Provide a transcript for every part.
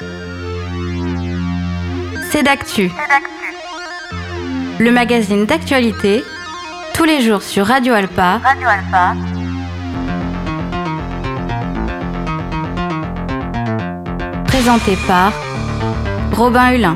C'est d'actu. Le magazine d'actualité, tous les jours sur Radio Alpa. Présenté par Robin Hulin.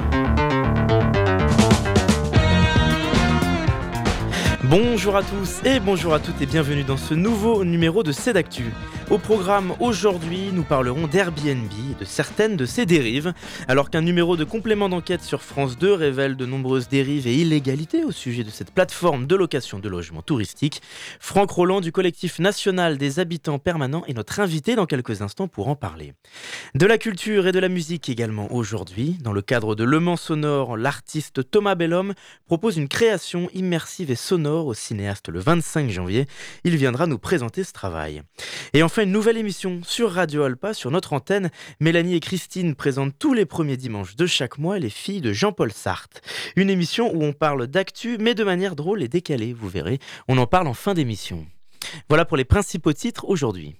Bonjour à tous et bonjour à toutes et bienvenue dans ce nouveau numéro de C'est d'actu. Au programme aujourd'hui, nous parlerons d'Airbnb et de certaines de ses dérives. Alors qu'un numéro de complément d'enquête sur France 2 révèle de nombreuses dérives et illégalités au sujet de cette plateforme de location de logements touristiques, Franck Rolland du collectif national des habitants permanents est notre invité dans quelques instants pour en parler. De la culture et de la musique également aujourd'hui. Dans le cadre de Le Mans Sonore, l'artiste Thomas Bellhomme propose une création immersive et sonore au cinéaste le 25 janvier. Il viendra nous présenter ce travail. Et enfin, une nouvelle émission sur Radio Alpa, sur notre antenne. Mélanie et Christine présentent tous les premiers dimanches de chaque mois les filles de Jean-Paul Sartre. Une émission où on parle d'actu, mais de manière drôle et décalée, vous verrez. On en parle en fin d'émission. Voilà pour les principaux titres aujourd'hui.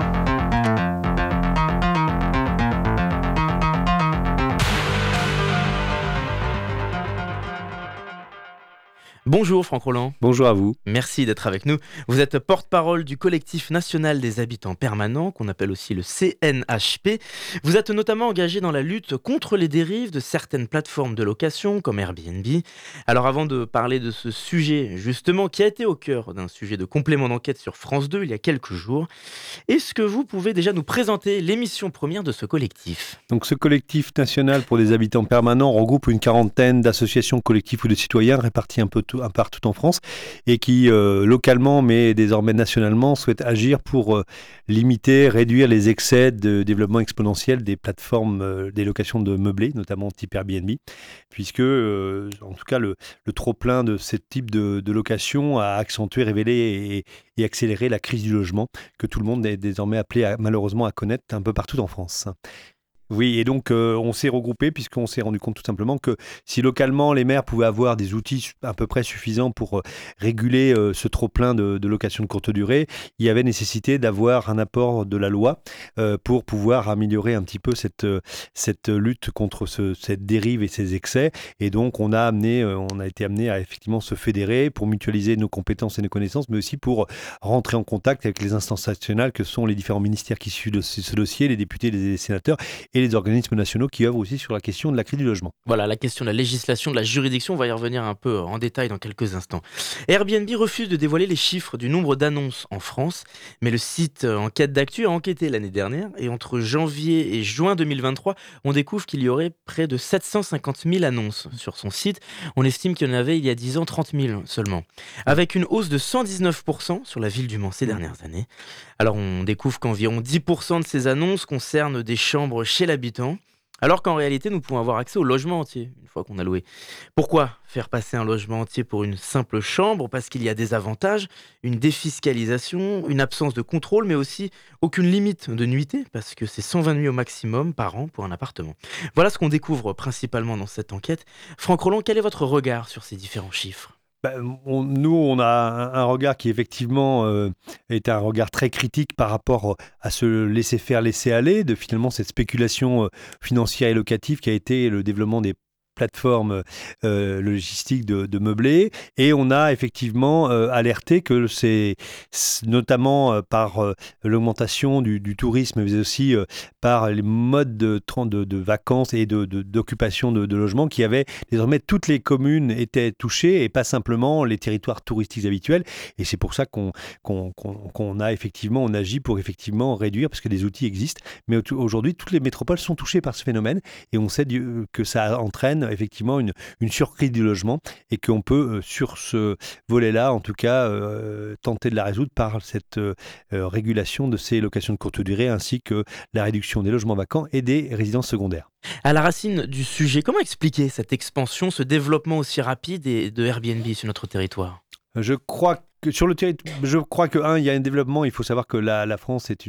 Bonjour Franck Rolland. Bonjour à vous. Merci d'être avec nous. Vous êtes porte-parole du collectif national des habitants permanents, qu'on appelle aussi le CNHP. Vous êtes notamment engagé dans la lutte contre les dérives de certaines plateformes de location comme Airbnb. Alors avant de parler de ce sujet justement qui a été au cœur d'un sujet de complément d'enquête sur France 2 il y a quelques jours, est-ce que vous pouvez déjà nous présenter l'émission première de ce collectif ? Donc ce collectif national pour des habitants permanents regroupe une quarantaine d'associations, collectifs ou de citoyens répartis un peu partout en France et qui localement mais désormais nationalement souhaitent agir pour limiter, réduire les excès de développement exponentiel des plateformes des locations de meublés, notamment type Airbnb, puisque en tout cas le trop-plein de ce type de location a accentué, révélé et accéléré la crise du logement que tout le monde est désormais appelé malheureusement à connaître un peu partout en France. Oui, et donc on s'est regroupé puisqu'on s'est rendu compte tout simplement que si localement les maires pouvaient avoir des outils à peu près suffisants pour réguler ce trop-plein de location de courte durée, il y avait nécessité d'avoir un apport de la loi pour pouvoir améliorer un petit peu cette lutte contre cette dérive et ces excès. Et donc on a été amené à effectivement se fédérer pour mutualiser nos compétences et nos connaissances, mais aussi pour rentrer en contact avec les instances nationales que sont les différents ministères qui suivent ce dossier, les députés, les sénateurs, et les organismes nationaux qui œuvrent aussi sur la question de la crise du logement. Voilà, la question de la législation, de la juridiction, on va y revenir un peu en détail dans quelques instants. Airbnb refuse de dévoiler les chiffres du nombre d'annonces en France, mais le site Enquête d'Actu a enquêté l'année dernière et entre janvier et juin 2023, on découvre qu'il y aurait près de 750 000 annonces sur son site. On estime qu'il y en avait il y a 10 ans 30 000 seulement, avec une hausse de 119% sur la ville du Mans ces dernières années. Alors on découvre qu'environ 10% de ces annonces concernent des chambres chez l'habitant, alors qu'en réalité, nous pouvons avoir accès au logement entier une fois qu'on a loué. Pourquoi faire passer un logement entier pour une simple chambre ? Parce qu'il y a des avantages, une défiscalisation, une absence de contrôle, mais aussi aucune limite de nuitée, parce que c'est 120 nuits au maximum par an pour un appartement. Voilà ce qu'on découvre principalement dans cette enquête. Franck Rolland, quel est votre regard sur ces différents chiffres ? Nous, on a un regard qui effectivement est un regard très critique par rapport à ce laisser faire, laisser aller, de finalement cette spéculation financière et locative qui a été le développement des plateformes logistiques de meublés, et on a effectivement alerté que c'est notamment par l'augmentation du tourisme, mais aussi par les modes de vacances et d'occupation de logements qui avaient désormais toutes les communes étaient touchées et pas simplement les territoires touristiques habituels, et c'est pour ça qu'on a effectivement, on agit pour effectivement réduire, parce que des outils existent, mais aujourd'hui toutes les métropoles sont touchées par ce phénomène et on sait que ça entraîne effectivement une surcrise du logement et qu'on peut sur ce volet-là en tout cas tenter de la résoudre par cette régulation de ces locations de courte durée ainsi que la réduction des logements vacants et des résidences secondaires. À la racine du sujet, comment expliquer cette expansion, ce développement aussi rapide de Airbnb sur notre territoire ? Je crois que il y a un développement. Il faut savoir que la France est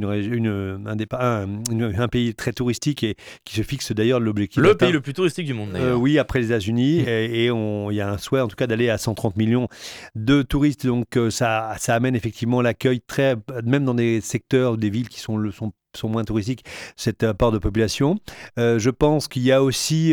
un pays très touristique et qui se fixe d'ailleurs l'objectif. Le pays le plus touristique du monde d'ailleurs. Oui, après les États-Unis. Et il y a un souhait en tout cas d'aller à 130 millions de touristes. Donc ça amène effectivement l'accueil même dans des secteurs, des villes qui sont sont moins touristiques, cet apport de population. Je pense qu'il y a aussi,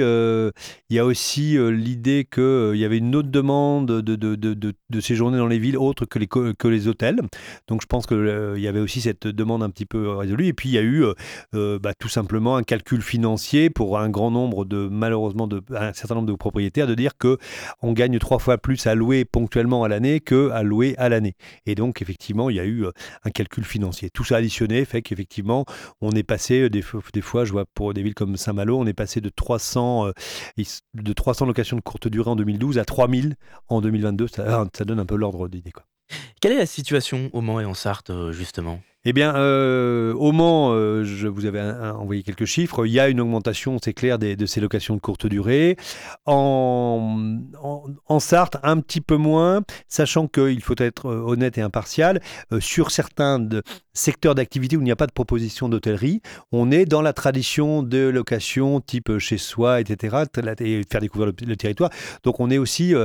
l'idée qu'il y avait une autre demande de séjourner dans les villes autres que les hôtels. Donc je pense qu'il y avait aussi cette demande un petit peu résolue. Et puis il y a eu tout simplement un calcul financier pour un grand nombre malheureusement un certain nombre de propriétaires, de dire qu'on gagne 3 fois plus à louer ponctuellement à l'année qu'à louer à l'année. Et donc effectivement il y a eu un calcul financier. Tout ça additionné fait qu'effectivement on est passé, des fois je vois pour des villes comme Saint-Malo, on est passé de 300 locations de courte durée en 2012 à 3000 en 2022. Ça donne un peu l'ordre d'idée, quoi. Quelle est la situation au Mans et en Sarthe, justement ? Eh bien, au Mans, je vous avais envoyé quelques chiffres. Il y a une augmentation, c'est clair, de ces locations de courte durée. En Sarthe, un petit peu moins, sachant qu'il faut être honnête et impartial. Sur certains secteurs d'activité où il n'y a pas de proposition d'hôtellerie, on est dans la tradition de location type chez soi, etc., et faire découvrir le territoire. Donc, on est aussi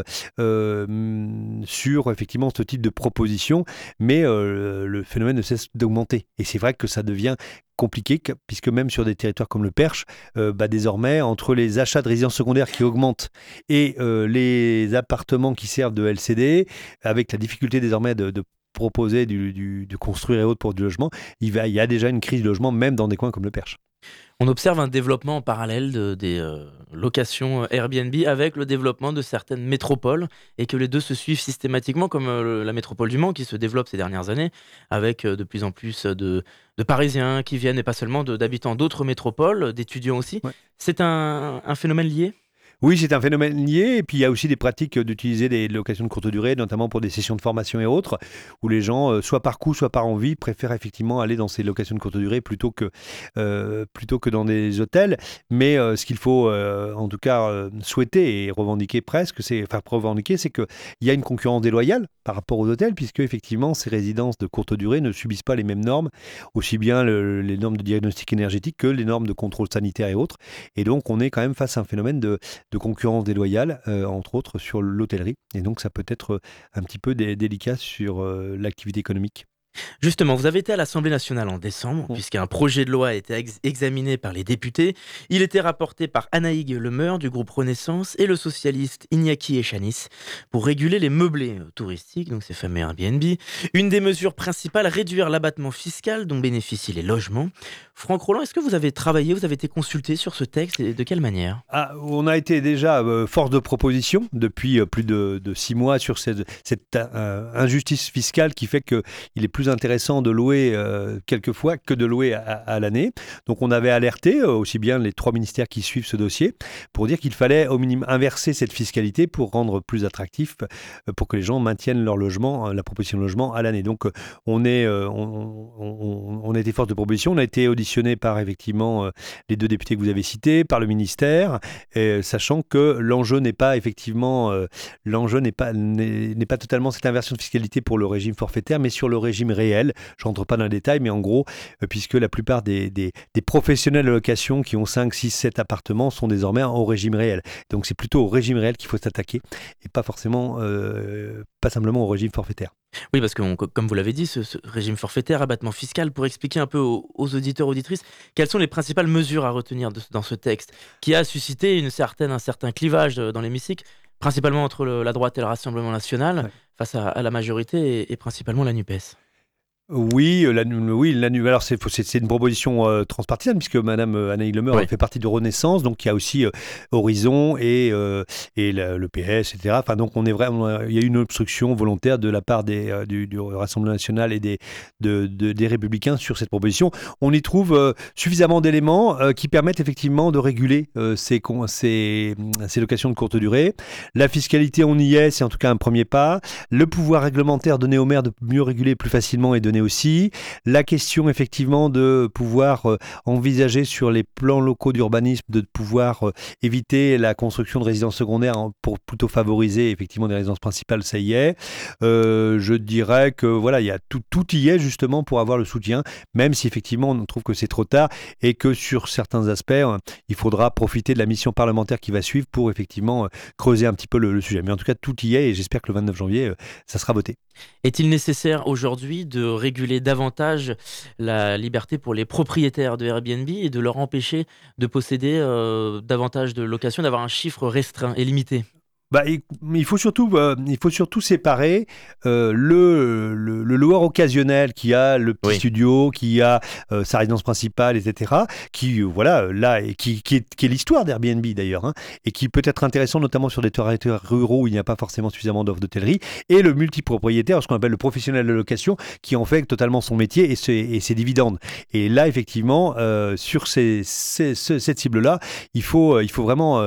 sur, effectivement, ce type de proposition, mais le phénomène ne cesse d'augmenter. Et c'est vrai que ça devient compliqué, puisque même sur des territoires comme le Perche, désormais, entre les achats de résidences secondaires qui augmentent et les appartements qui servent de LCD, avec la difficulté désormais de proposer, de construire et autres pour du logement, il y a déjà une crise de logement, même dans des coins comme le Perche. On observe un développement en parallèle des locations Airbnb avec le développement de certaines métropoles et que les deux se suivent systématiquement, comme la métropole du Mans qui se développe ces dernières années avec de plus en plus de Parisiens qui viennent et pas seulement d'habitants d'autres métropoles, d'étudiants aussi. Ouais. C'est un phénomène lié ? Oui, c'est un phénomène lié. Et puis, il y a aussi des pratiques d'utiliser des locations de courte durée, notamment pour des sessions de formation et autres, où les gens, soit par coût, soit par envie, préfèrent effectivement aller dans ces locations de courte durée plutôt que dans des hôtels. Mais ce qu'il faut, en tout cas, souhaiter et revendiquer c'est qu'il y a une concurrence déloyale par rapport aux hôtels, puisque effectivement, ces résidences de courte durée ne subissent pas les mêmes normes, aussi bien les normes de diagnostic énergétique que les normes de contrôle sanitaire et autres. Et donc, on est quand même face à un phénomène de concurrence déloyale, entre autres sur l'hôtellerie. Et donc, ça peut être un petit peu délicat sur l'activité économique. Justement, vous avez été à l'Assemblée nationale en décembre, puisqu'un projet de loi a été examiné par les députés. Il était rapporté par Anaïg Lemeur du groupe Renaissance et le socialiste Iñaki Echanis pour réguler les meublés touristiques, donc ces fameux Airbnb. Une des mesures principales, réduire l'abattement fiscal dont bénéficient les logements. Franck Rolland, est-ce que vous avez été consulté sur ce texte et de quelle manière ? On a été déjà force de proposition depuis plus de 6 mois sur cette injustice fiscale qui fait qu'il est plus intéressant de louer quelquefois que de louer à l'année. Donc on avait alerté aussi bien les 3 ministères qui suivent ce dossier pour dire qu'il fallait au minimum inverser cette fiscalité pour rendre plus attractif, pour que les gens maintiennent leur logement, la proposition de logement à l'année. Donc on a été force de proposition, on a été auditionné par effectivement les 2 députés que vous avez cités, par le ministère, sachant que l'enjeu n'est pas totalement cette inversion de fiscalité pour le régime forfaitaire, mais sur le régime réel. Je ne rentre pas dans le détail, mais en gros, puisque la plupart des professionnels de location qui ont 5, 6, 7 appartements sont désormais au régime réel. Donc c'est plutôt au régime réel qu'il faut s'attaquer et pas simplement au régime forfaitaire. Oui, parce que comme vous l'avez dit, ce régime forfaitaire, abattement fiscal, pour expliquer un peu aux auditeurs, auditrices, quelles sont les principales mesures à retenir dans ce texte qui a suscité un certain clivage dans l'hémicycle, principalement entre la droite et le Rassemblement national, face à la majorité et principalement la NUPES. Oui, alors c'est une proposition transpartisane puisque Madame Anaïg Lemeur fait partie de Renaissance, donc il y a aussi Horizon et le PS, etc. Enfin donc il y a eu une obstruction volontaire de la part du Rassemblement national et des Républicains sur cette proposition. On y trouve suffisamment d'éléments qui permettent effectivement de réguler ces locations de courte durée. La fiscalité, on y est, c'est en tout cas un premier pas. Le pouvoir réglementaire donné aux maires de mieux réguler plus facilement et donné aussi. La question effectivement de pouvoir envisager sur les plans locaux d'urbanisme de pouvoir éviter la construction de résidences secondaires pour plutôt favoriser effectivement des résidences principales, ça y est. Je dirais que voilà, il y a tout y est justement pour avoir le soutien, même si effectivement on trouve que c'est trop tard et que sur certains aspects, il faudra profiter de la mission parlementaire qui va suivre pour effectivement creuser un petit peu le sujet. Mais en tout cas, tout y est et j'espère que le 29 janvier, ça sera voté. Est-il nécessaire aujourd'hui de réguler davantage la liberté pour les propriétaires de Airbnb et de leur empêcher de posséder davantage de locations, d'avoir un chiffre restreint et limité? Il faut surtout séparer le loueur occasionnel qui a le petit studio, qui a sa résidence principale, etc., qui là et qui est l'histoire d'Airbnb d'ailleurs, hein, et qui peut être intéressant notamment sur des territoires ruraux où il n'y a pas forcément suffisamment d'offres d'hôtellerie, et le multipropriétaire, ce qu'on appelle le professionnel de location, qui en fait totalement son métier et ses dividendes. Et là effectivement, sur cette cible-là, il faut vraiment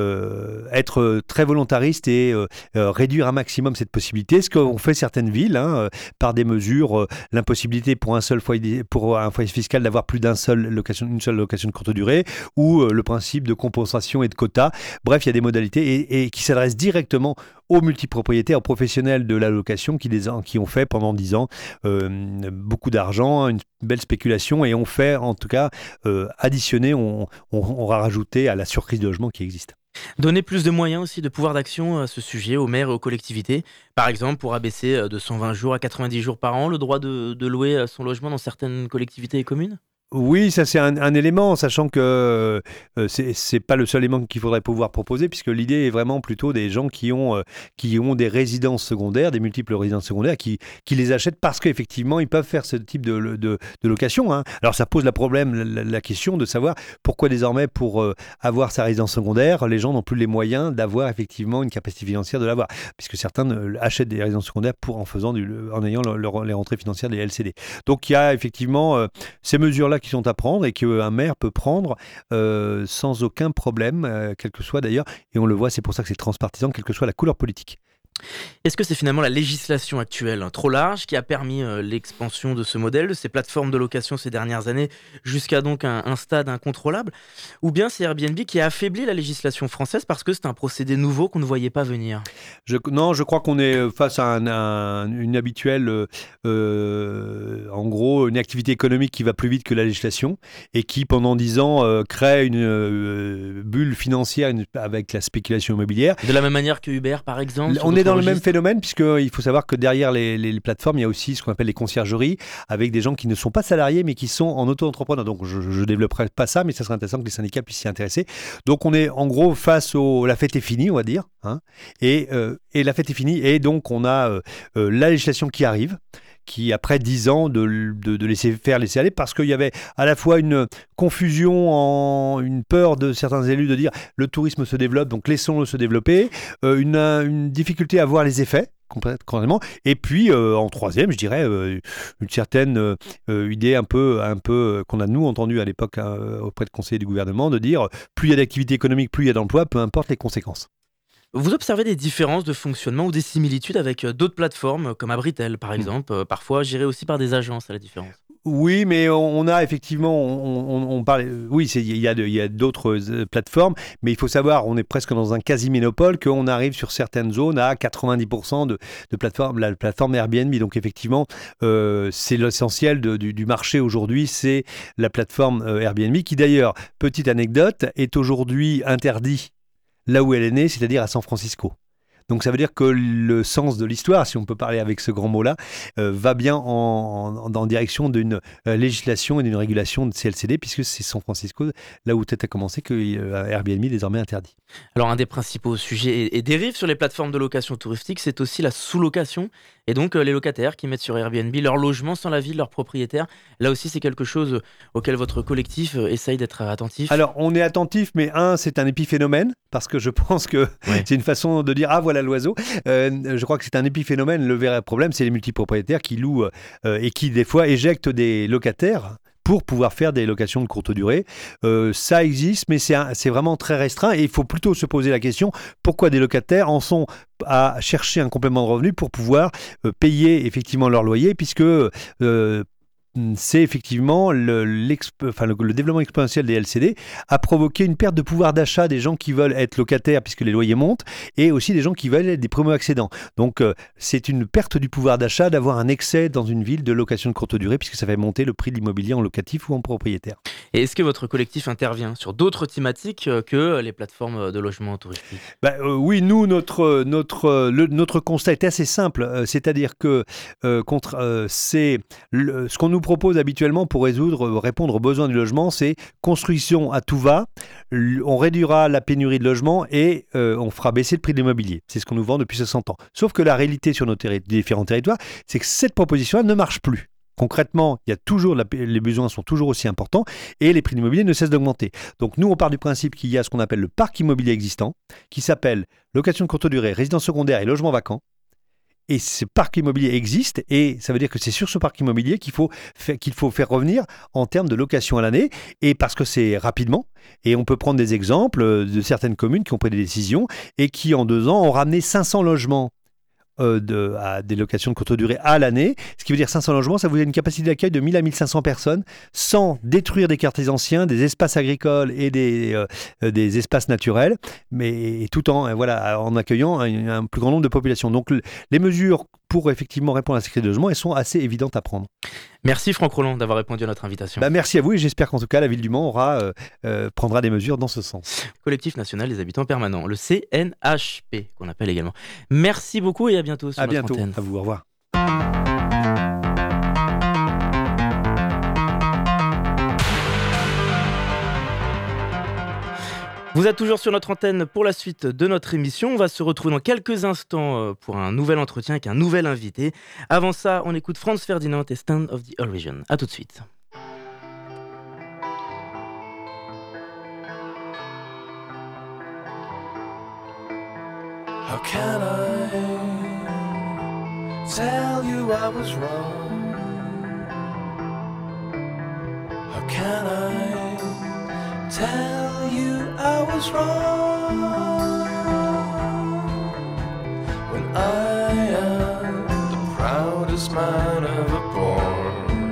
être très volontaire et réduire un maximum cette possibilité, ce qu'ont fait certaines villes, hein, par des mesures, l'impossibilité pour un foyer fiscal d'avoir plus une seule location de courte durée, ou le principe de compensation et de quotas. Bref, il y a des modalités et qui s'adressent directement aux multipropriétaires, aux professionnels de la location qui ont fait pendant 10 ans beaucoup d'argent, une belle spéculation, et ont fait en tout cas additionner, on aura rajouté à la surcrise de logement qui existe. Donner plus de moyens aussi, de pouvoir d'action à ce sujet aux maires et aux collectivités, par exemple pour abaisser de 120 jours à 90 jours par an le droit de louer son logement dans certaines collectivités et communes? Oui, ça c'est un élément, sachant que c'est pas le seul élément qu'il faudrait pouvoir proposer, puisque l'idée est vraiment plutôt des gens qui ont des résidences secondaires, des multiples résidences secondaires, qui les achètent parce qu'effectivement ils peuvent faire ce type de location, hein. Alors ça pose la question de savoir pourquoi désormais pour avoir sa résidence secondaire, les gens n'ont plus les moyens d'avoir effectivement une capacité financière de l'avoir, puisque certains achètent des résidences secondaires en ayant les rentrées financières des LCD. Donc il y a effectivement ces mesures-là qui sont à prendre et qu'un maire peut prendre sans aucun problème, quel que soit d'ailleurs, et on le voit, c'est pour ça que c'est transpartisan, quelle que soit la couleur politique. Est-ce que c'est finalement la législation actuelle, trop large, qui a permis l'expansion de ce modèle, de ces plateformes de location ces dernières années, jusqu'à donc un stade incontrôlable? Ou bien c'est Airbnb qui a affaibli la législation française parce que c'est un procédé nouveau qu'on ne voyait pas venir? Non, je crois qu'on est face à une habituelle, en gros, une activité économique qui va plus vite que la législation et qui, pendant 10 ans, crée une bulle financière avec la spéculation immobilière. De la même manière que Uber, par exemple? On est dans le même phénomène, puisqu'il faut savoir que derrière les plateformes, il y a aussi ce qu'on appelle les conciergeries, avec des gens qui ne sont pas salariés, mais qui sont en auto-entrepreneur. Donc, je ne développerai pas ça, mais ça serait intéressant que les syndicats puissent s'y intéresser. Donc, on est en gros face la fête est finie, on va dire, hein, et la fête est finie, et donc on a la législation qui arrive, qui après 10 ans de laisser aller, parce qu'il y avait à la fois une confusion, une peur de certains élus de dire le tourisme se développe, donc laissons-le se développer, une difficulté à voir les effets complètement, et puis en troisième, je dirais, une certaine idée un peu qu'on a nous entendu à l'époque auprès de conseillers du gouvernement, de dire plus il y a d'activité économique, plus il y a d'emplois, peu importe les conséquences. Vous observez des différences de fonctionnement ou des similitudes avec d'autres plateformes comme Abritel par exemple, parfois gérées aussi par des agences, à la différence? Oui, mais on a effectivement, on parle, oui, il y a d'autres plateformes, mais il faut savoir, on est presque dans un quasi-monopole, qu'on arrive sur certaines zones à 90% de plateformes, la plateforme Airbnb. Donc effectivement, c'est l'essentiel du marché aujourd'hui, c'est la plateforme Airbnb, qui d'ailleurs, petite anecdote, est aujourd'hui interdit là où elle est née, c'est-à-dire à San Francisco. Donc ça veut dire que le sens de l'histoire, si on peut parler avec ce grand mot-là, va bien en direction d'une législation et d'une régulation de CLCD, puisque c'est San Francisco, là où tout a commencé, que Airbnb est désormais interdit. Alors un des principaux sujets et dérives sur les plateformes de location touristique, c'est aussi la sous-location, et donc les locataires qui mettent sur Airbnb leur logement sans l'avis de leur propriétaire. Là aussi, c'est quelque chose auquel votre collectif essaye d'être attentif. Alors on est attentif, mais c'est un épiphénomène, parce que je pense que c'est une façon de dire « Ah, voilà l'oiseau ». Je crois que c'est un épiphénomène. Le vrai problème, c'est les multipropriétaires qui louent et qui, des fois, éjectent des locataires pour pouvoir faire des locations de courte durée. Ça existe, mais c'est vraiment très restreint, et il faut plutôt se poser la question, pourquoi des locataires en sont à chercher un complément de revenu pour pouvoir payer effectivement leur loyer, puisque c'est effectivement le développement exponentiel des LCD a provoqué une perte de pouvoir d'achat des gens qui veulent être locataires puisque les loyers montent et aussi des gens qui veulent être des primo-accédants. Donc c'est une perte du pouvoir d'achat d'avoir un excès dans une ville de location de courte durée puisque ça fait monter le prix de l'immobilier en locatif ou en propriétaire. Et est-ce que votre collectif intervient sur d'autres thématiques que les plateformes de logement touristique ? Oui, nous, notre constat est assez simple. C'est-à-dire que ce qu'on nous propose habituellement pour répondre aux besoins du logement, c'est construction à tout va, on réduira la pénurie de logements et on fera baisser le prix de l'immobilier. C'est ce qu'on nous vend depuis 60 ans. Sauf que la réalité sur nos différents territoires, c'est que cette proposition-là ne marche plus. Concrètement, les besoins sont toujours aussi importants et les prix de l'immobilier ne cessent d'augmenter. Donc nous, on part du principe qu'il y a ce qu'on appelle le parc immobilier existant, qui s'appelle location de courte durée, résidence secondaire et logement vacant. Et ce parc immobilier existe et ça veut dire que c'est sur ce parc immobilier qu'il faut faire revenir en termes de location à l'année et parce que c'est rapidement. Et on peut prendre des exemples de certaines communes qui ont pris des décisions et qui en 2 ans ont ramené 500 logements à des locations de courte durée à l'année, ce qui veut dire 500 logements, ça vous donne une capacité d'accueil de 1000 à 1500 personnes sans détruire des quartiers anciens, des espaces agricoles et des espaces naturels, mais tout en accueillant un plus grand nombre de populations. Donc les mesures pour effectivement répondre à ces cris de logement, elles sont assez évidentes à prendre. Merci Franck Rolland d'avoir répondu à notre invitation. Merci à vous et j'espère qu'en tout cas la ville du Mans prendra des mesures dans ce sens. Collectif national des habitants permanents, le CNHP qu'on appelle également. Merci beaucoup et à bientôt sur notre antenne. À vous, au revoir. Vous êtes toujours sur notre antenne pour la suite de notre émission. On va se retrouver dans quelques instants pour un nouvel entretien avec un nouvel invité. Avant ça, on écoute Franz Ferdinand et Stand of the Origin. A tout de suite. How can I tell you I was wrong? How can I tell you I was wrong when I am the proudest man ever born?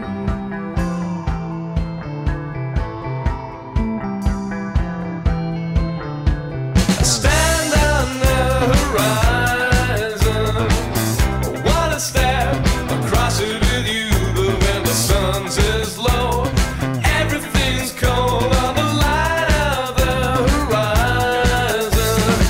I stand on the horizon, I wanna step across it with you, but when the sun says low, everything's cold on the line of the horizon.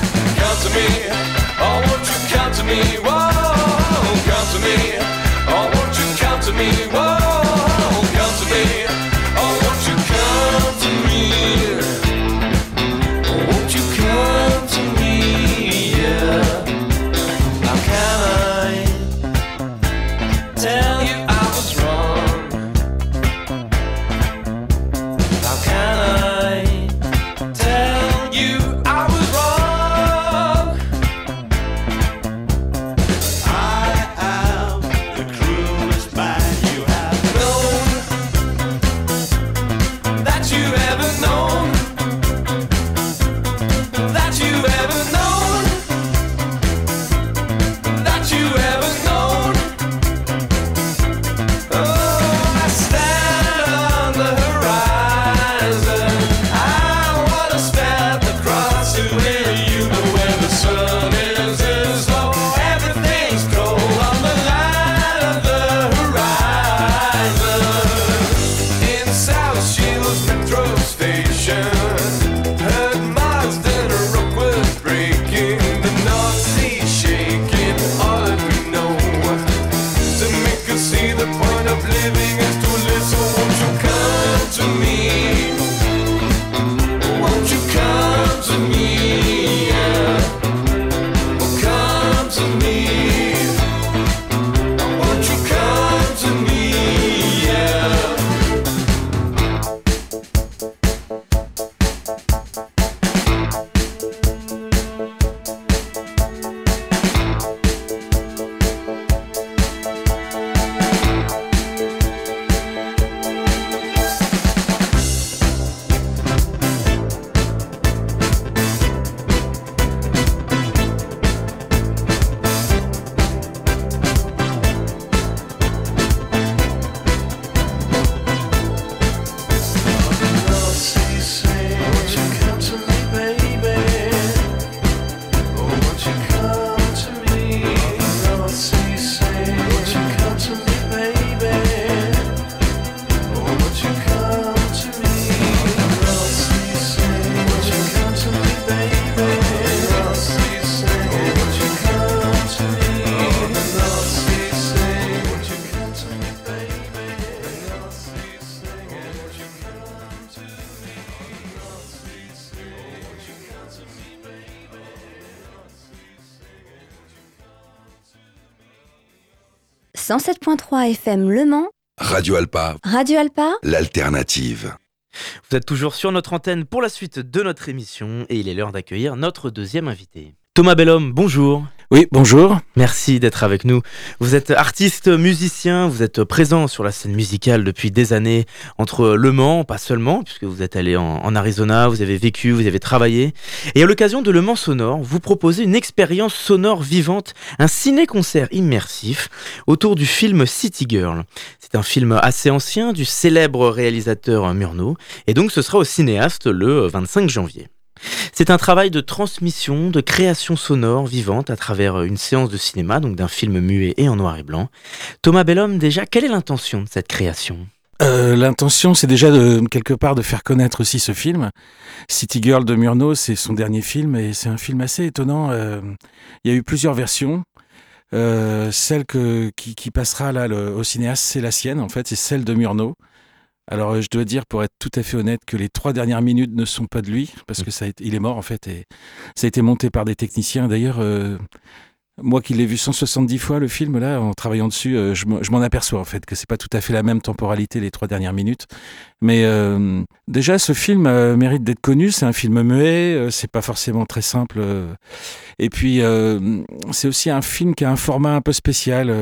107.3 FM Le Mans, Radio Alpa, Radio Alpa, l'alternative. Vous êtes toujours sur notre antenne pour la suite de notre émission et il est l'heure d'accueillir notre deuxième invité. Thomas Bellhomme, bonjour. Oui, bonjour. Merci d'être avec nous. Vous êtes artiste, musicien, vous êtes présent sur la scène musicale depuis des années entre Le Mans, pas seulement, puisque vous êtes allé en Arizona, vous avez vécu, vous avez travaillé. Et à l'occasion de Le Mans Sonore, vous proposez une expérience sonore vivante, un ciné-concert immersif autour du film City Girl. C'est un film assez ancien du célèbre réalisateur Murnau, et donc ce sera au cinéaste le 25 janvier. C'est un travail de transmission, de création sonore vivante à travers une séance de cinéma, donc d'un film muet et en noir et blanc. Thomas Bellhomme, déjà, quelle est l'intention de cette création ? L'intention, c'est déjà quelque part de faire connaître aussi ce film. City Girl de Murnau, c'est son dernier film et c'est un film assez étonnant. Il y a eu plusieurs versions. Celle qui passera là au cinéaste, c'est la sienne en fait, c'est celle de Murnau. Alors je dois dire, pour être tout à fait honnête, que les 3 dernières minutes ne sont pas de lui, parce que il est mort en fait, et ça a été monté par des techniciens. D'ailleurs, moi qui l'ai vu 170 fois le film là, en travaillant dessus, je m'en aperçois en fait que c'est pas tout à fait la même temporalité les 3 dernières minutes. Mais déjà, ce film mérite d'être connu. C'est un film muet, c'est pas forcément très simple. Et puis c'est aussi un film qui a un format un peu spécial.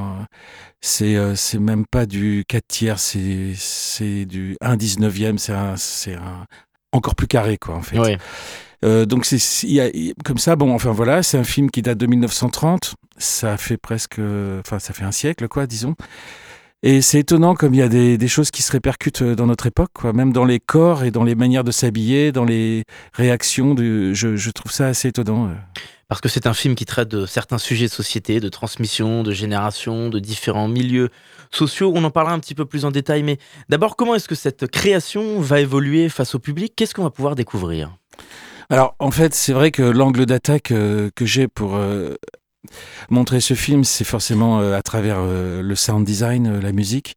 C'est même pas du 4/3, c'est du 1/19e, c'est un encore plus carré quoi en fait. Ouais. Donc comme ça, bon, enfin voilà, c'est un film qui date de 1930, ça fait ça fait un siècle quoi, disons. Et c'est étonnant comme il y a des choses qui se répercutent dans notre époque, quoi, même dans les corps et dans les manières de s'habiller, dans les réactions. Je trouve ça assez étonnant. Parce que c'est un film qui traite de certains sujets de société, de transmission, de génération, de différents milieux sociaux. On en parlera un petit peu plus en détail, mais d'abord, comment est-ce que cette création va évoluer face au public ? Qu'est-ce qu'on va pouvoir découvrir ? Alors, en fait, c'est vrai que l'angle d'attaque que j'ai pour montrer ce film, c'est forcément à travers le sound design, la musique.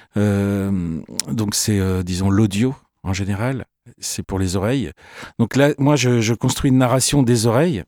Donc, c'est, disons, l'audio en général. C'est pour les oreilles. Donc là, moi, je construis une narration des oreilles.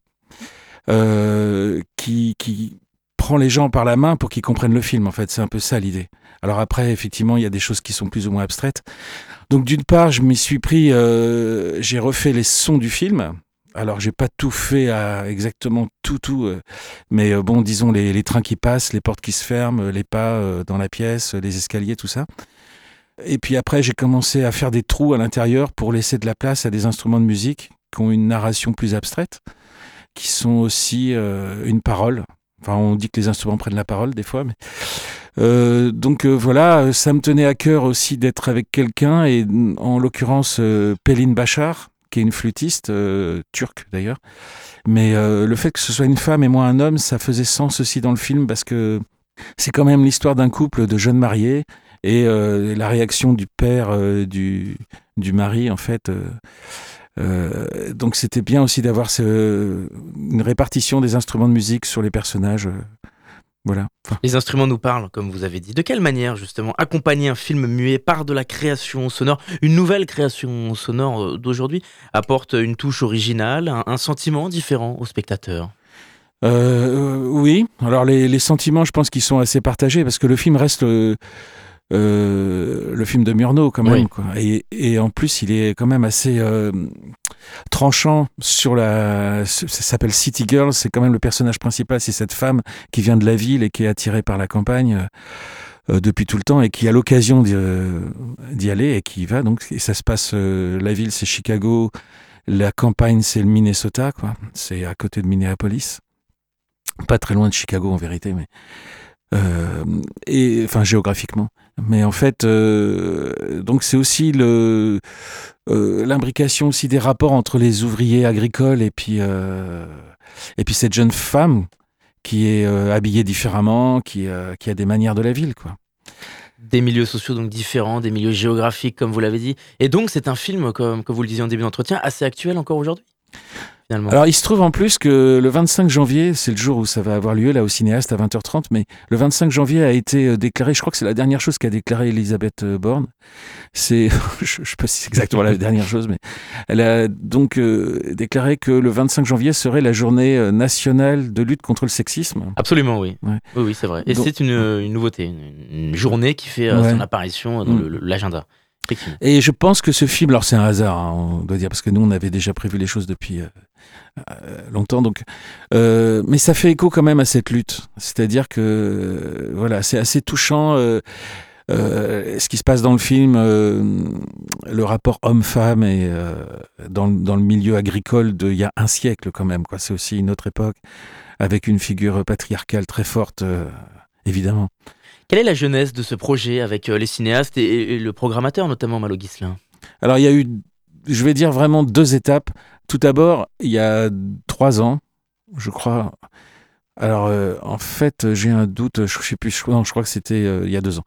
Qui prend les gens par la main pour qu'ils comprennent le film, en fait. C'est un peu ça l'idée. Alors après, effectivement, il y a des choses qui sont plus ou moins abstraites. Donc d'une part, je m'y suis pris, j'ai refait les sons du film. Alors j'ai pas tout fait exactement tout, mais bon, disons les trains qui passent, les portes qui se ferment, les pas dans la pièce, les escaliers, tout ça. Et puis après, j'ai commencé à faire des trous à l'intérieur pour laisser de la place à des instruments de musique qui ont une narration plus abstraite, qui sont aussi une parole. Enfin, on dit que les instruments prennent la parole des fois, mais donc voilà, ça me tenait à cœur aussi d'être avec quelqu'un, et en l'occurrence Pelin Bachar, qui est une flûtiste turque d'ailleurs. Mais le fait que ce soit une femme et moi un homme, ça faisait sens aussi dans le film, parce que c'est quand même l'histoire d'un couple de jeunes mariés, et la réaction du père du mari en fait. Donc c'était bien aussi d'avoir une répartition des instruments de musique sur les personnages. Voilà. Les instruments nous parlent, comme vous avez dit. De quelle manière, justement, accompagner un film muet par de la création sonore, une nouvelle création sonore d'aujourd'hui, apporte une touche originale, un sentiment différent au spectateur ? Oui. Alors les sentiments, je pense qu'ils sont assez partagés, parce que le film reste le film de Murnau quand même, oui. Quoi. Et en plus il est quand même assez tranchant sur ça s'appelle City Girl, c'est quand même le personnage principal, c'est cette femme qui vient de la ville et qui est attirée par la campagne depuis tout le temps, et qui a l'occasion d'y aller et qui y va. Donc, et ça se passe, la ville c'est Chicago, la campagne c'est le Minnesota, quoi. C'est à côté de Minneapolis, pas très loin de Chicago en vérité, mais et enfin géographiquement. Mais en fait, donc c'est aussi l'imbrication aussi des rapports entre les ouvriers agricoles et puis cette jeune femme qui est habillée différemment, qui a des manières de la ville, quoi. Des milieux sociaux donc différents, des milieux géographiques comme vous l'avez dit. Et donc c'est un film, comme vous le disiez en début d'entretien, assez actuel encore aujourd'hui ? finalement. Alors, il se trouve en plus que le 25 janvier, c'est le jour où ça va avoir lieu, là, au cinéaste, à 20h30, mais le 25 janvier a été déclaré, je crois que c'est la dernière chose qu'a déclaré Elisabeth Borne. C'est, je ne sais pas si c'est exactement la dernière chose, mais elle a donc déclaré que le 25 janvier serait la journée nationale de lutte contre le sexisme. Absolument, oui. Ouais. Oui, c'est vrai. Et Donc- c'est une nouveauté, une journée qui fait Ouais. son apparition dans l'agenda. Effectivement. Et je pense que ce film, alors c'est un hasard, hein, on doit dire, parce que nous, on avait déjà prévu les choses depuis longtemps, donc, mais ça fait écho quand même à cette lutte. C'est-à-dire que, voilà, c'est assez touchant. Ce qui se passe dans le film, le rapport homme-femme et dans le milieu agricole d'il y a un siècle quand même, quoi. C'est aussi une autre époque, avec une figure patriarcale très forte, évidemment. Quelle est la jeunesse de ce projet avec les cinéastes et le programmateur, notamment Malo Ghislain? Alors, il y a eu, je vais dire vraiment 2 étapes. Tout d'abord, il y a 3 ans, je crois. Alors, en fait, j'ai un doute, je sais plus, non, je crois que c'était il y a 2 ans.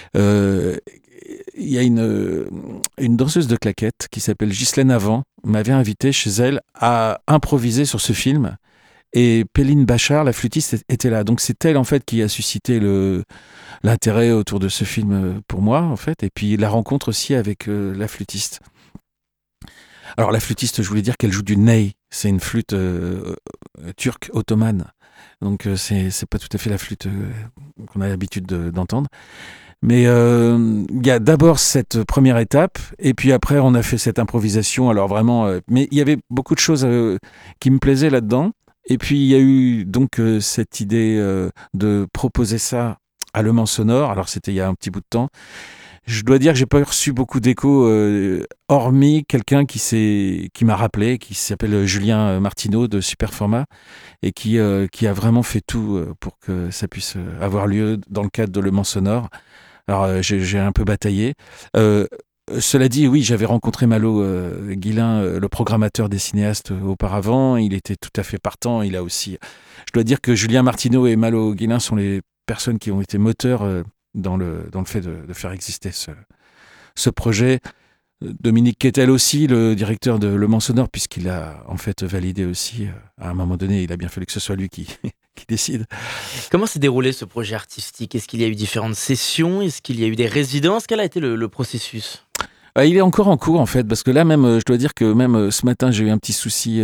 Il y a une danseuse de claquettes qui s'appelle Ghislaine Avant, m'avait invité chez elle à improviser sur ce film. Et Péline Bachar, la flûtiste, était là. Donc c'est elle en fait qui a suscité l'intérêt autour de ce film pour moi en fait. Et puis la rencontre aussi avec la flûtiste. Alors la flûtiste, je voulais dire qu'elle joue du ney. C'est une flûte turque ottomane. Donc c'est pas tout à fait la flûte qu'on a l'habitude d'entendre. Mais il y a d'abord cette première étape, et puis après on a fait cette improvisation. Alors vraiment, mais il y avait beaucoup de choses qui me plaisaient là-dedans. Et puis il y a eu donc cette idée de proposer ça à Le Mans Sonore. Alors c'était il y a un petit bout de temps. Je dois dire que j'ai pas reçu beaucoup d'échos, hormis quelqu'un qui m'a rappelé, qui s'appelle Julien Martineau de Superformat, et qui a vraiment fait tout pour que ça puisse avoir lieu dans le cadre de Le Mans Sonore. Alors j'ai un peu bataillé. Cela dit, oui, j'avais rencontré Malo Ghislain, le programmateur des cinéastes auparavant. Il était tout à fait partant. Il a aussi, je dois dire que Julien Martineau et Malo Ghislain sont les personnes qui ont été moteurs dans le fait de faire exister ce projet. Dominique Quetel aussi, le directeur de Le Mans Sonore, puisqu'il a en fait validé aussi. À un moment donné, il a bien fallu que ce soit lui qui décide. Comment s'est déroulé ce projet artistique? Est-ce qu'il y a eu différentes sessions? Est-ce qu'il y a eu des résidences? Quel a été le processus? Il est encore en cours en fait, parce que là même, je dois dire que même ce matin, j'ai eu un petit souci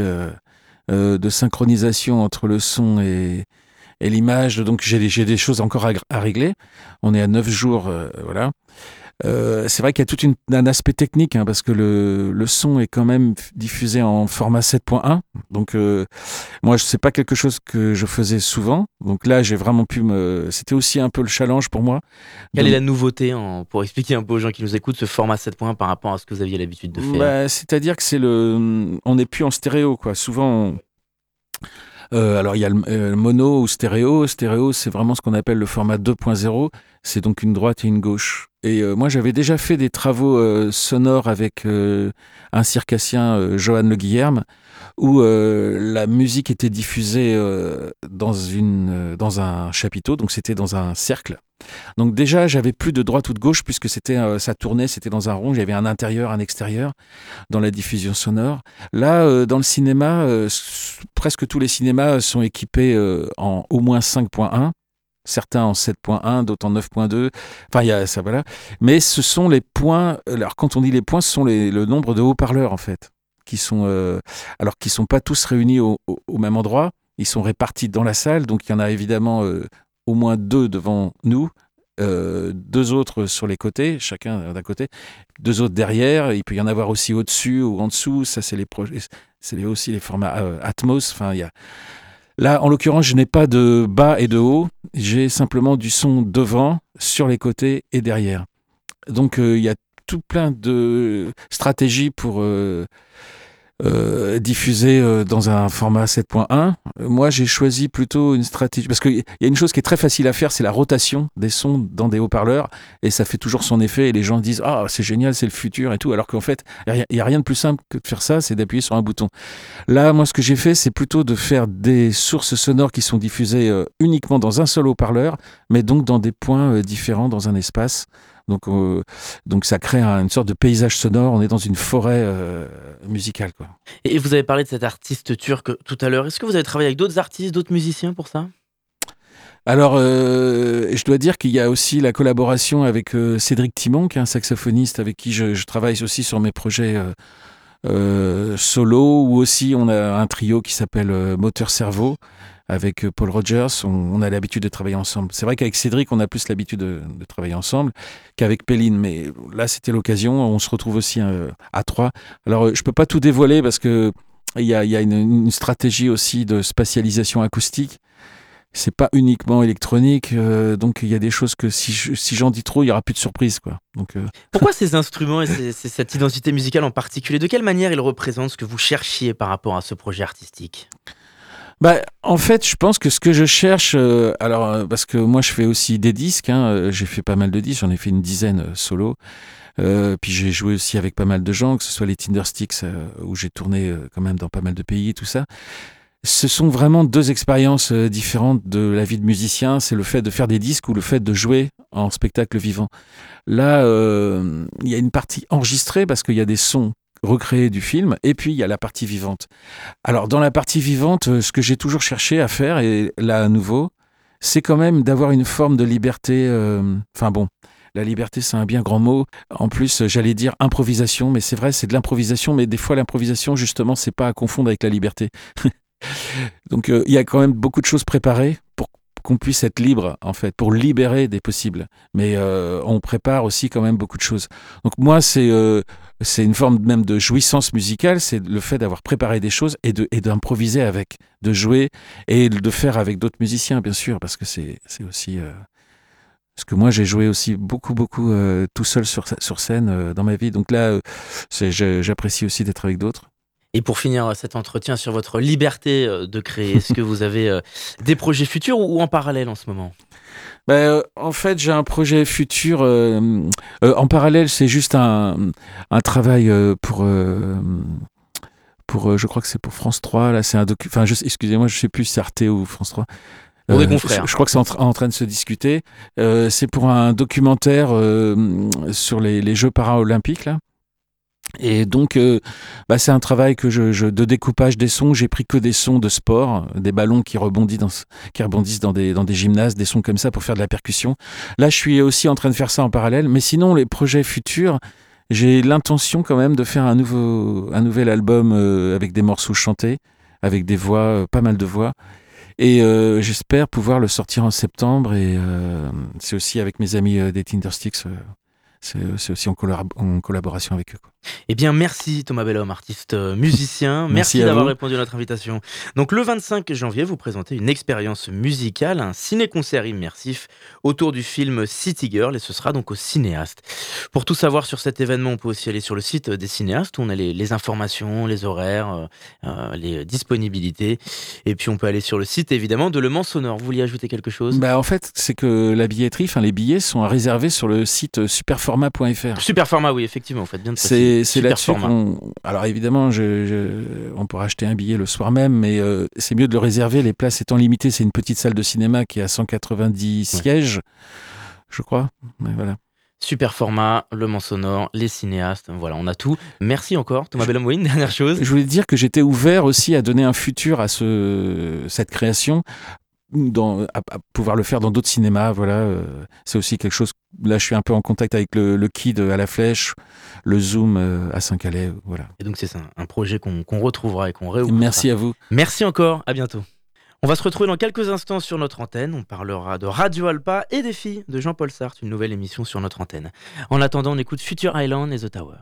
de synchronisation entre le son et l'image, donc j'ai des choses encore à régler. On est à 9 jours, voilà. C'est vrai qu'il y a tout un aspect technique, hein, parce que le son est quand même diffusé en format 7.1. Donc, moi, c'est pas quelque chose que je faisais souvent. Donc là, j'ai vraiment c'était aussi un peu le challenge pour moi. Quelle est la nouveauté, pour expliquer un peu aux gens qui nous écoutent, ce format 7.1 par rapport à ce que vous aviez l'habitude de faire? C'est-à-dire que on n'est plus en stéréo, quoi. Souvent, alors il y a le mono ou stéréo. Stéréo, c'est vraiment ce qu'on appelle le format 2.0. C'est donc une droite et une gauche. Et moi, j'avais déjà fait des travaux sonores avec un circassien, Johan Le Guillerme, où la musique était diffusée dans un chapiteau, donc c'était dans un cercle. Donc déjà, j'avais plus de droite ou de gauche, puisque ça tournait, c'était dans un rond, il y avait un intérieur, un extérieur dans la diffusion sonore. Là, dans le cinéma, presque tous les cinémas sont équipés en au moins 5.1. Certains en 7.1, d'autres en 9.2. Enfin, il y a ça, voilà. Mais ce sont les points. Alors, quand on dit les points, ce sont le nombre de haut-parleurs, en fait, qui sont pas tous réunis au même endroit. Ils sont répartis dans la salle. Donc, il y en a évidemment au moins 2 devant nous, 2 autres sur les côtés, chacun d'un côté, 2 autres derrière. Il peut y en avoir aussi au-dessus ou en dessous. Ça, c'est aussi les formats Atmos. Enfin, il y a. Là, en l'occurrence, je n'ai pas de bas et de haut. J'ai simplement du son devant, sur les côtés et derrière. Donc, il y a tout plein de stratégies pour diffuser dans un format 7.1. Moi, j'ai choisi plutôt une stratégie... Parce qu'il y a une chose qui est très facile à faire, c'est la rotation des sons dans des haut-parleurs. Et ça fait toujours son effet. Et les gens disent « Ah, c'est génial, c'est le futur et tout. » Alors qu'en fait, il n'y a rien de plus simple que de faire ça, c'est d'appuyer sur un bouton. Là, moi, ce que j'ai fait, c'est plutôt de faire des sources sonores qui sont diffusées uniquement dans un seul haut-parleur, mais donc dans des points différents dans un espace. Donc ça crée une sorte de paysage sonore. On est dans une forêt musicale, quoi. Et vous avez parlé de cet artiste turc tout à l'heure. Est-ce que vous avez travaillé avec d'autres artistes, d'autres musiciens pour ça ? Alors, je dois dire qu'il y a aussi la collaboration avec Cédric Timon, qui est un saxophoniste avec qui je travaille aussi sur mes projets solo, ou aussi on a un trio qui s'appelle Moteur Cerveau avec Paul Rogers. On a l'habitude de travailler ensemble. C'est vrai qu'avec Cédric, on a plus l'habitude de travailler ensemble qu'avec Péline, mais là, c'était l'occasion. On se retrouve aussi à trois. Alors, je peux pas tout dévoiler parce que il y a une stratégie aussi de spatialisation acoustique. C'est pas uniquement électronique, donc il y a des choses que si j'en dis trop, il y aura plus de surprise, quoi. Donc, Pourquoi ces instruments et cette identité musicale en particulier ? De quelle manière ils représentent ce que vous cherchiez par rapport à ce projet artistique ? En fait, je pense que ce que je cherche, parce que moi je fais aussi des disques, j'ai fait pas mal de disques, j'en ai fait une dizaine solo. Puis j'ai joué aussi avec pas mal de gens, que ce soit les Tindersticks, où j'ai tourné quand même dans pas mal de pays, tout ça. Ce sont vraiment deux expériences différentes de la vie de musicien. C'est le fait de faire des disques ou le fait de jouer en spectacle vivant. Là, il y a une partie enregistrée parce qu'il y a des sons recréés du film, et puis il y a la partie vivante. Alors, dans la partie vivante, ce que j'ai toujours cherché à faire, et là à nouveau, c'est quand même d'avoir une forme de liberté. La liberté, c'est un bien grand mot. En plus, j'allais dire improvisation, mais c'est vrai, c'est de l'improvisation, mais des fois, l'improvisation, justement, c'est pas à confondre avec la liberté. Donc il y a quand même beaucoup de choses préparées pour qu'on puisse être libre, en fait, pour libérer des possibles. Mais on prépare aussi quand même beaucoup de choses. Donc moi, c'est une forme même de jouissance musicale, c'est le fait d'avoir préparé des choses et d'improviser avec, de jouer et de faire avec d'autres musiciens, bien sûr, parce que c'est aussi... Parce que moi, j'ai joué aussi beaucoup tout seul sur scène dans ma vie. Donc là, j'apprécie aussi d'être avec d'autres. Et pour finir cet entretien sur votre liberté de créer, est-ce que vous avez des projets futurs ou en parallèle en ce moment ? En fait, j'ai un projet futur. En parallèle, c'est juste un travail pour je crois que c'est pour France 3. Là, c'est un excusez-moi, je sais plus si c'est Arte ou France 3. Pour des confrères. Je crois que c'est en train de se discuter. C'est pour un documentaire sur les Jeux paralympiques, là. Et donc, c'est un travail de découpage des sons. J'ai pris que des sons de sport, des ballons qui rebondissent dans des gymnases, des sons comme ça pour faire de la percussion. Là, je suis aussi en train de faire ça en parallèle. Mais sinon, les projets futurs, j'ai l'intention quand même de faire un nouvel album avec des morceaux chantés, avec des voix, pas mal de voix. Et j'espère pouvoir le sortir en septembre. Et c'est aussi avec mes amis des Tindersticks. C'est aussi en collaboration avec eux, quoi. Eh bien, merci Thomas Bellhomme, artiste musicien. Merci d'avoir répondu à notre invitation. Donc, le 25 janvier, vous présentez une expérience musicale, un ciné-concert immersif autour du film City Girl, et ce sera donc au Cinéaste. Pour tout savoir sur cet événement, on peut aussi aller sur le site des Cinéastes où on a les informations, les horaires, les disponibilités. Et puis, on peut aller sur le site, évidemment, de Le Mans Sonore. Vous vouliez ajouter quelque chose ? En fait, c'est que la billetterie, les billets sont à réserver sur le site superformat.fr. Superformat, oui, effectivement, vous faites bien de préciser. C'est là-dessus alors évidemment, on pourra acheter un billet le soir même, mais c'est mieux de le réserver, les places étant limitées. C'est une petite salle de cinéma qui a 190 sièges, je crois. Mais voilà. Superformat, Le Mans Sonore, les Cinéastes, voilà, on a tout. Merci encore, Thomas Bellhomme. Oui, une dernière chose. Je voulais dire que j'étais ouvert aussi à donner un futur à cette création, à pouvoir le faire dans d'autres cinémas. Voilà, c'est aussi quelque chose. Là, je suis un peu en contact avec le Kid à La Flèche, le Zoom à Saint-Calais. Voilà. Et donc, c'est ça, un projet qu'on retrouvera et qu'on réouvrira. Merci à vous. Merci encore, à bientôt. On va se retrouver dans quelques instants sur notre antenne. On parlera de Radio Alpa et des filles de Jean-Paul Sartre, une nouvelle émission sur notre antenne. En attendant, on écoute Future Island et The Tower.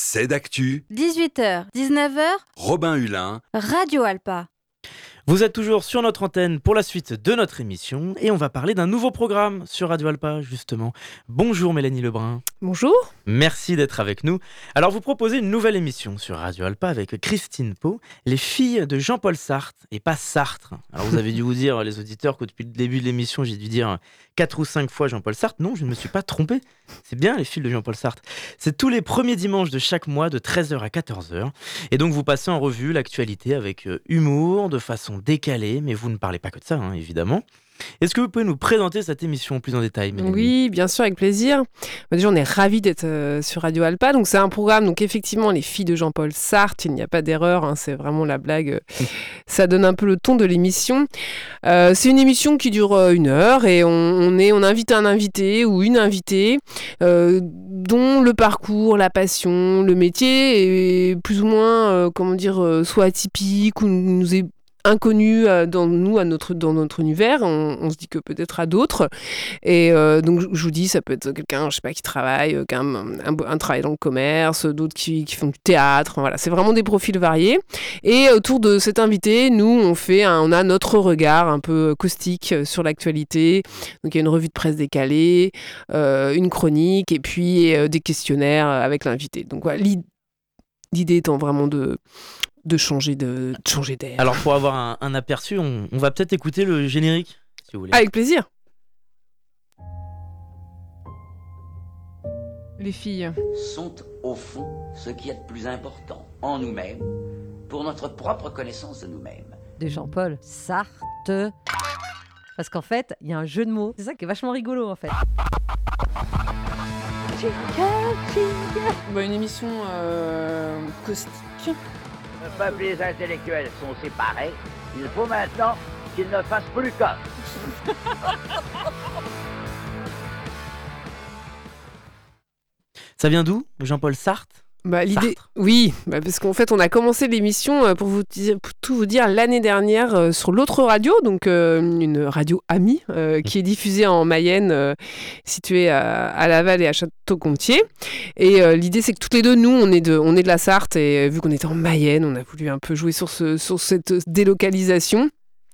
C'est d'actu. 18h, 19h, Robin Hulin. Radio Alpa. Vous êtes toujours sur notre antenne pour la suite de notre émission et on va parler d'un nouveau programme sur Radio Alpa justement. Bonjour Mélanie Lebrun. Bonjour. Merci d'être avec nous. Alors vous proposez une nouvelle émission sur Radio Alpa avec Christine Pau, les filles de Jean-Paul Sartre et pas Sartre. Alors vous avez dû vous dire les auditeurs que depuis le début de l'émission j'ai dû dire 4 ou 5 fois Jean-Paul Sartre. Non, je ne me suis pas trompé. C'est bien les filles de Jean-Paul Sartre. C'est tous les premiers dimanches de chaque mois de 13h à 14h. Et donc vous passez en revue l'actualité avec humour, de façon décalée, mais vous ne parlez pas que de ça, hein, évidemment. Est-ce que vous pouvez nous présenter cette émission plus en détail, Mélanie ? Oui, bien sûr, avec plaisir. Déjà, on est ravis d'être sur Radio Alpa. Donc, c'est un programme, donc effectivement, les filles de Jean-Paul Sartre, il n'y a pas d'erreur, hein, c'est vraiment la blague. Ça donne un peu le ton de l'émission. C'est une émission qui dure 1 heure et on invite un invité ou une invitée dont le parcours, la passion, le métier est plus ou moins, soit atypique ou nous est inconnu dans notre univers, on se dit que peut-être à d'autres, et donc je vous dis, ça peut être quelqu'un, je sais pas, qui travaille, qui a un travail dans le commerce, d'autres qui font du théâtre, voilà, c'est vraiment des profils variés, et autour de cet invité, nous on a notre regard un peu caustique sur l'actualité, donc il y a une revue de presse décalée, une chronique, et puis des questionnaires avec l'invité, donc voilà, l'idée étant vraiment de changer d'air. Alors pour avoir un aperçu, on va peut-être écouter le générique, si vous voulez. Avec plaisir. Les filles sont au fond ce qui est de plus important en nous-mêmes, pour notre propre connaissance de nous-mêmes. De Jean-Paul Sartre. Parce qu'en fait, il y a un jeu de mots. C'est ça qui est vachement rigolo en fait. Une émission caustique. Le peuple et les intellectuels sont séparés. Il faut maintenant qu'ils ne fassent plus qu'un. Ça vient d'où, Jean-Paul Sartre ? L'idée, oui, parce qu'en fait, on a commencé l'émission, pour tout vous dire, l'année dernière sur l'autre radio, donc une radio amie, qui est diffusée en Mayenne, située à Laval et à Château-Gontier. Et l'idée, c'est que toutes les deux, nous, on est de la Sarthe, et vu qu'on était en Mayenne, on a voulu un peu jouer sur cette délocalisation.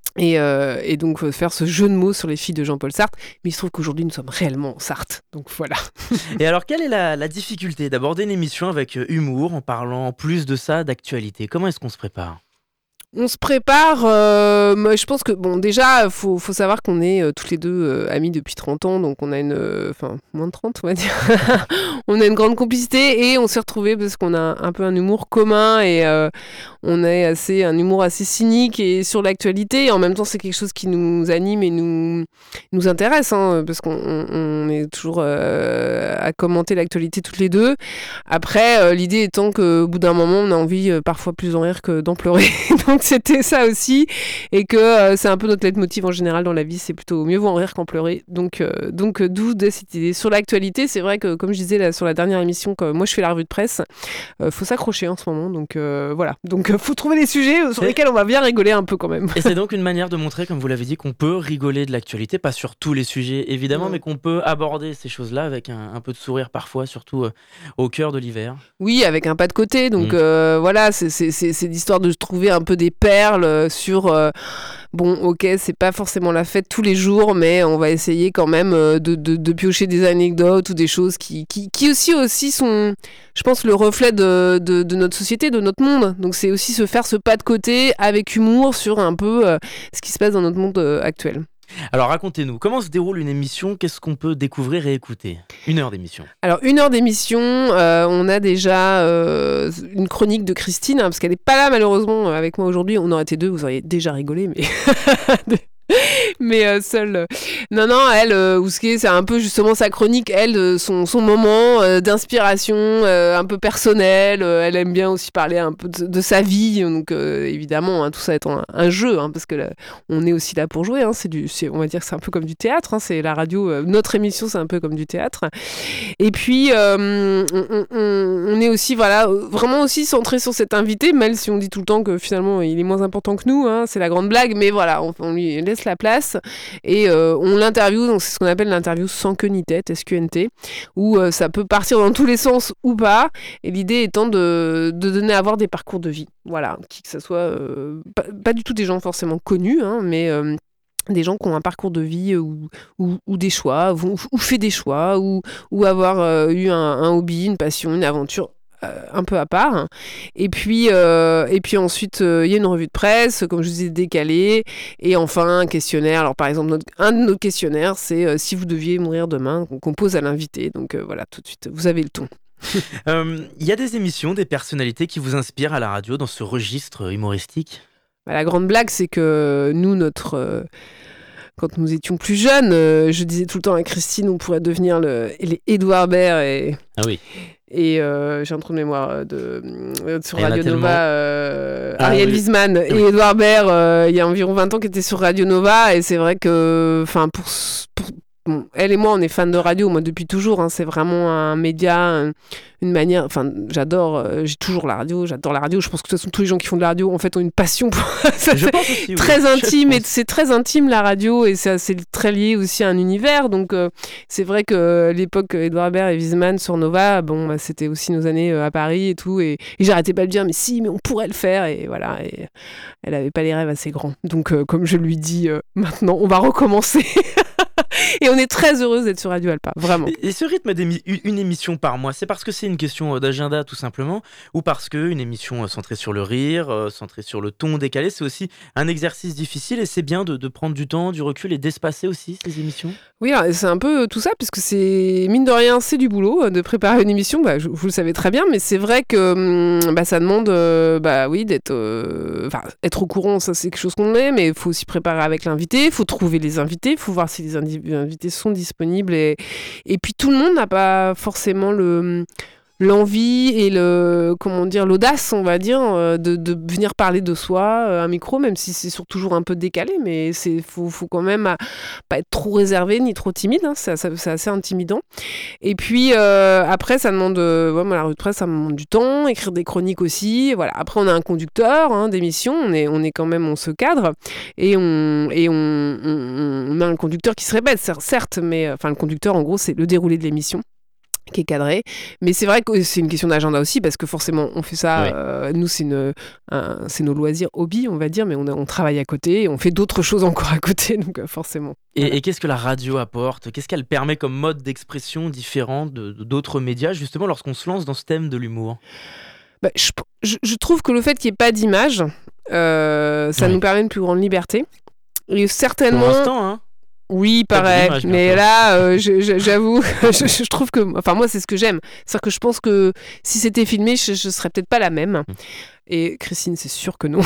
Et donc faire ce jeu de mots sur les filles de Jean-Paul Sartre, mais il se trouve qu'aujourd'hui nous sommes réellement en Sarthe, donc voilà. Et alors quelle est la difficulté d'aborder une émission avec humour en parlant en plus de ça d'actualité ? Comment est-ce qu'on se prépare ? On se prépare, je pense que, déjà, faut savoir qu'on est toutes les deux amies depuis 30 ans, donc on a moins de 30, on va dire. On a une grande complicité et on s'est retrouvés parce qu'on a un peu un humour commun et on a un humour assez cynique et sur l'actualité, et en même temps, c'est quelque chose qui nous anime et nous intéresse, hein, parce qu'on est toujours à commenter l'actualité toutes les deux. Après, l'idée étant qu'au bout d'un moment, on a envie parfois plus d'en rire que d'en pleurer, donc c'était ça aussi, et que c'est un peu notre leitmotiv en général dans la vie, c'est plutôt mieux vaut en rire qu'en pleurer, donc d'où cette idée. Sur l'actualité, c'est vrai que comme je disais sur la dernière émission, que moi je fais la revue de presse, faut s'accrocher en ce moment, donc voilà, donc faut trouver des sujets sur lesquels on va bien rigoler un peu quand même. Et c'est donc une manière de montrer, comme vous l'avez dit, qu'on peut rigoler de l'actualité, pas sur tous les sujets évidemment, mais qu'on peut aborder ces choses-là avec un peu de sourire parfois, surtout au cœur de l'hiver. Oui, avec un pas de côté, donc voilà, c'est l'histoire de trouver un peu des perles sur ok, c'est pas forcément la fête tous les jours, mais on va essayer quand même de piocher des anecdotes ou des choses qui aussi sont, je pense, le reflet de notre société, de notre monde. Donc c'est aussi se faire ce pas de côté avec humour sur un peu ce qui se passe dans notre monde actuel. Alors racontez-nous, comment se déroule une émission ? Qu'est-ce qu'on peut découvrir et écouter ? 1 heure d'émission. Alors 1 heure d'émission, on a déjà une chronique de Christine, hein, parce qu'elle n'est pas là malheureusement avec moi aujourd'hui. On aurait été 2, vous auriez déjà rigolé, mais... mais seule. Non, elle, Ouske, c'est un peu justement sa chronique, elle, son moment d'inspiration un peu personnel. Elle aime bien aussi parler un peu de sa vie, donc évidemment, hein, tout ça étant un jeu, hein, parce que là, on est aussi là pour jouer. Hein, on va dire que c'est un peu comme du théâtre. Hein, c'est la radio, notre émission, c'est un peu comme du théâtre. Et puis, on est aussi, voilà, vraiment aussi centré sur cet invité, même si on dit tout le temps que finalement, il est moins important que nous. Hein, c'est la grande blague, mais voilà, on lui laisse la place. place. Et on l'interviewe, donc c'est ce qu'on appelle l'interview sans queue ni tête, SQNT, où ça peut partir dans tous les sens ou pas. Et l'idée étant de donner à voir des parcours de vie. Voilà, qui que ce soit, pas du tout des gens forcément connus, hein, mais des gens qui ont un parcours de vie ou des choix, ou fait des choix, ou avoir eu un hobby, une passion, une aventure un peu à part. Et puis ensuite, il y a une revue de presse, comme je vous disais, décalée. Et enfin, un questionnaire. Alors, par exemple, un de nos questionnaires, c'est si vous deviez mourir demain, qu'on pose à l'invité. Donc voilà, tout de suite, vous avez le ton. Il y a des émissions, des personnalités qui vous inspirent à la radio dans ce registre humoristique ? La grande blague, c'est que nous, quand nous étions plus jeunes, je disais tout le temps à Christine, on pourrait devenir les Édouard Baird et... Ah oui. Et j'ai un trou de mémoire sur Il y en a Radio tellement. Nova, Ariel Wiesman et Édouard Baird, il y a environ 20 ans, qui étaient sur Radio Nova. Et c'est vrai que, bon, elle et moi, on est fans de radio, moi depuis toujours. Hein, c'est vraiment un média, une manière. Enfin, j'ai toujours la radio, j'adore la radio. Je pense que de toute façon, tous les gens qui font de la radio, en fait, ont une passion pour ça. Je pense aussi, oui. Très intime, Je et pense. c'est très intime la radio, et c'est très lié aussi à un univers. Donc, c'est vrai que l'époque Édouard Baird et Wiesman sur Nova, bon, bah, c'était aussi nos années à Paris et tout. Et j'arrêtais pas de dire, mais si, mais on pourrait le faire. Et voilà. Et elle avait pas les rêves assez grands. Donc, comme je lui dis, maintenant, on va recommencer. Et on est très heureuse d'être sur Radio Alpa, vraiment. Et ce rythme d'une émission par mois, c'est parce que c'est une question d'agenda tout simplement, ou parce qu'une émission centrée sur le rire, centrée sur le ton décalé, c'est aussi un exercice difficile et c'est bien de prendre du temps, du recul et d'espacer aussi ces émissions ? Oui, alors, c'est un peu tout ça, puisque c'est, mine de rien, c'est du boulot de préparer une émission, vous le savez très bien, mais c'est vrai que ça demande être au courant, ça c'est quelque chose qu'on est, mais il faut aussi préparer avec l'invité, il faut trouver les invités, il faut voir si les invités sont disponibles, et puis tout le monde n'a pas forcément l'envie et l'audace, on va dire, de venir parler de soi à un micro, même si c'est toujours un peu décalé, mais faut quand même pas être trop réservé ni trop timide, hein, c'est assez intimidant. Et puis après, ça demande, la revue de presse, ça me demande du temps, écrire des chroniques aussi. Voilà. Après, on a un conducteur d'émission, on est quand même, on se cadre, et on a un conducteur qui se répète, certes, mais le conducteur, en gros, c'est le déroulé de l'émission qui est cadré, mais c'est vrai que c'est une question d'agenda aussi, parce que forcément on fait ça, nous c'est nos loisirs hobby, on va dire, mais on travaille à côté, et on fait d'autres choses encore à côté, donc forcément. Et qu'est-ce que la radio apporte ? Qu'est-ce qu'elle permet comme mode d'expression différent d'autres médias, justement, lorsqu'on se lance dans ce thème de l'humour ? Je trouve que le fait qu'il n'y ait pas d'image, ça nous permet une plus grande liberté, et certainement... Pour l'instant, hein. Oui, pareil, mais là, j'avoue, je trouve que... Enfin, moi, c'est ce que j'aime. C'est-à-dire que je pense que si c'était filmé, je serais peut-être pas la même. Et Christine, c'est sûr que non.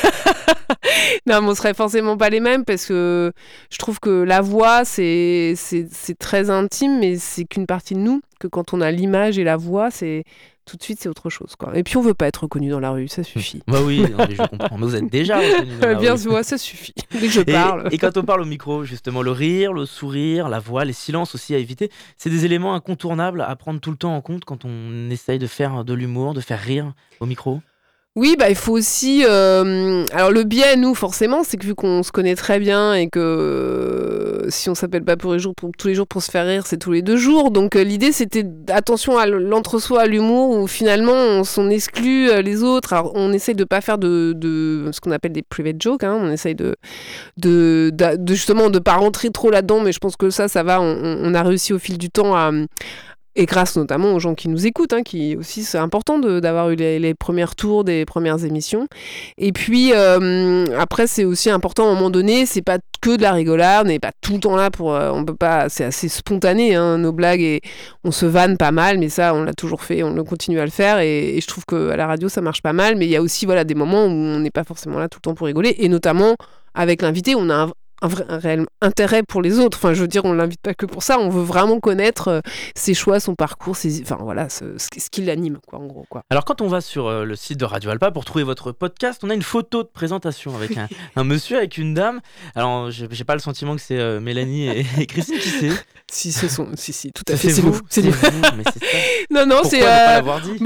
Non, mais on serait forcément pas les mêmes, parce que je trouve que la voix, c'est très intime, mais c'est qu'une partie de nous, que quand on a l'image et la voix, tout de suite, c'est autre chose, quoi. Et puis, on veut pas être reconnu dans la rue, ça suffit. Bah oui, non, mais je comprends. Mais vous êtes déjà reconnu dans la rue. Bien sûr, ça suffit. Dès que je parle. Et quand on parle au micro, justement, le rire, le sourire, la voix, les silences aussi à éviter, c'est des éléments incontournables à prendre tout le temps en compte quand on essaye de faire de l'humour, de faire rire au micro. Oui, il faut aussi... Alors, le biais, nous, forcément, c'est que vu qu'on se connaît très bien et que si on s'appelle pas tous les jours pour se faire rire, c'est tous les 2 jours. Donc, l'idée, c'était attention à l'entre-soi, à l'humour, où finalement, on exclut les autres. Alors, on essaye de pas faire de ce qu'on appelle des private jokes. Hein. On essaye de justement de pas rentrer trop là-dedans, mais je pense que ça va. On a réussi au fil du temps et grâce notamment aux gens qui nous écoutent, hein, qui aussi, c'est important d'avoir eu les premiers tours des premières émissions. Et puis, après, c'est aussi important à un moment donné, c'est pas que de la rigolade, on n'est pas tout le temps là pour... on peut pas, c'est assez spontané, hein, nos blagues, et on se vanne pas mal, mais ça, on l'a toujours fait, on continue à le faire, et je trouve qu'à la radio, ça marche pas mal, mais il y a aussi des moments où on n'est pas forcément là tout le temps pour rigoler, et notamment, avec l'invité, on a un réel intérêt pour les autres. Enfin, je veux dire, on ne l'invite pas que pour ça. On veut vraiment connaître ses choix, son parcours, ce qui l'anime, quoi, en gros, quoi. Alors, quand on va sur le site de Radio Alpa pour trouver votre podcast, on a une photo de présentation avec un monsieur, avec une dame. Alors, j'ai pas le sentiment que c'est Mélanie et Christine qui c'est. Si, tout à fait. C'est vous. C'est vous, mais c'est ça. Non, pourquoi c'est... ne pas l'avoir dit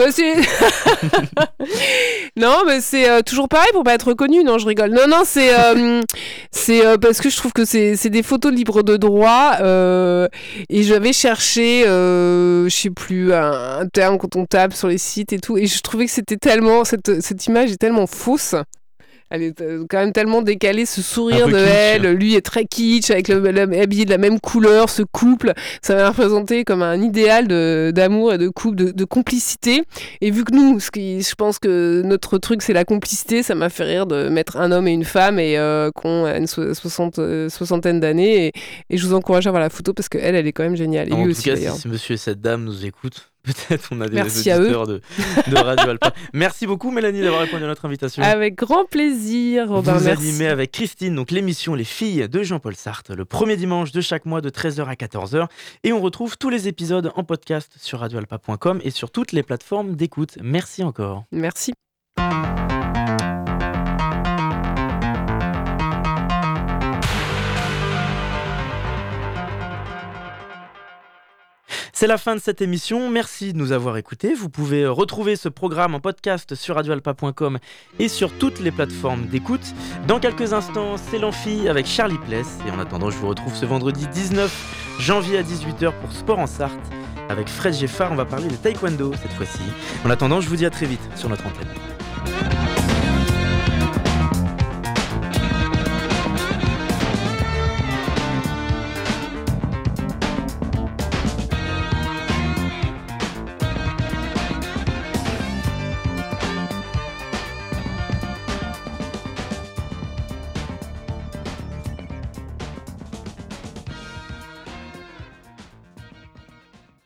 Non, mais c'est toujours pareil pour pas être reconnu. Non, je rigole. Non, c'est parce parce que je trouve que c'est des photos libres de droit et j'avais cherché, je sais plus, un terme quand on tape sur les sites et tout, et je trouvais que c'était tellement, cette image est tellement fausse. Elle est quand même tellement décalée, ce sourire de elle, lui est très kitsch, avec habillé de la même couleur, ce couple, ça m'a représenté comme un idéal d'amour et de couple, de complicité. Et vu que nous, je pense que notre truc c'est la complicité, ça m'a fait rire de mettre un homme et une femme et qu'on a une soixantaine d'années. Et je vous encourage à voir la photo parce qu'elle est quand même géniale. Et en lui tout aussi, cas, d'ailleurs. si monsieur et cette dame nous écoutent, peut-être on a des Merci auditeurs de Radio Alpa. Merci beaucoup Mélanie d'avoir répondu à notre invitation. Avec grand plaisir, Robin. Vous merci. animez avec Christine donc l'émission Les Filles de Jean-Paul Sartre le premier dimanche de chaque mois de 13h à 14h. Et on retrouve tous les épisodes en podcast sur radioalpa.com et sur toutes les plateformes d'écoute. Merci encore. Merci. C'est la fin de cette émission, merci de nous avoir écoutés. Vous pouvez retrouver ce programme en podcast sur radioalpa.com et sur toutes les plateformes d'écoute. Dans quelques instants, c'est l'Amphi avec Charlie Pless. Et en attendant, je vous retrouve ce vendredi 19 janvier à 18h pour Sport en Sarthe. Avec Fred Geffard, on va parler de taekwondo cette fois-ci. En attendant, je vous dis à très vite sur notre antenne.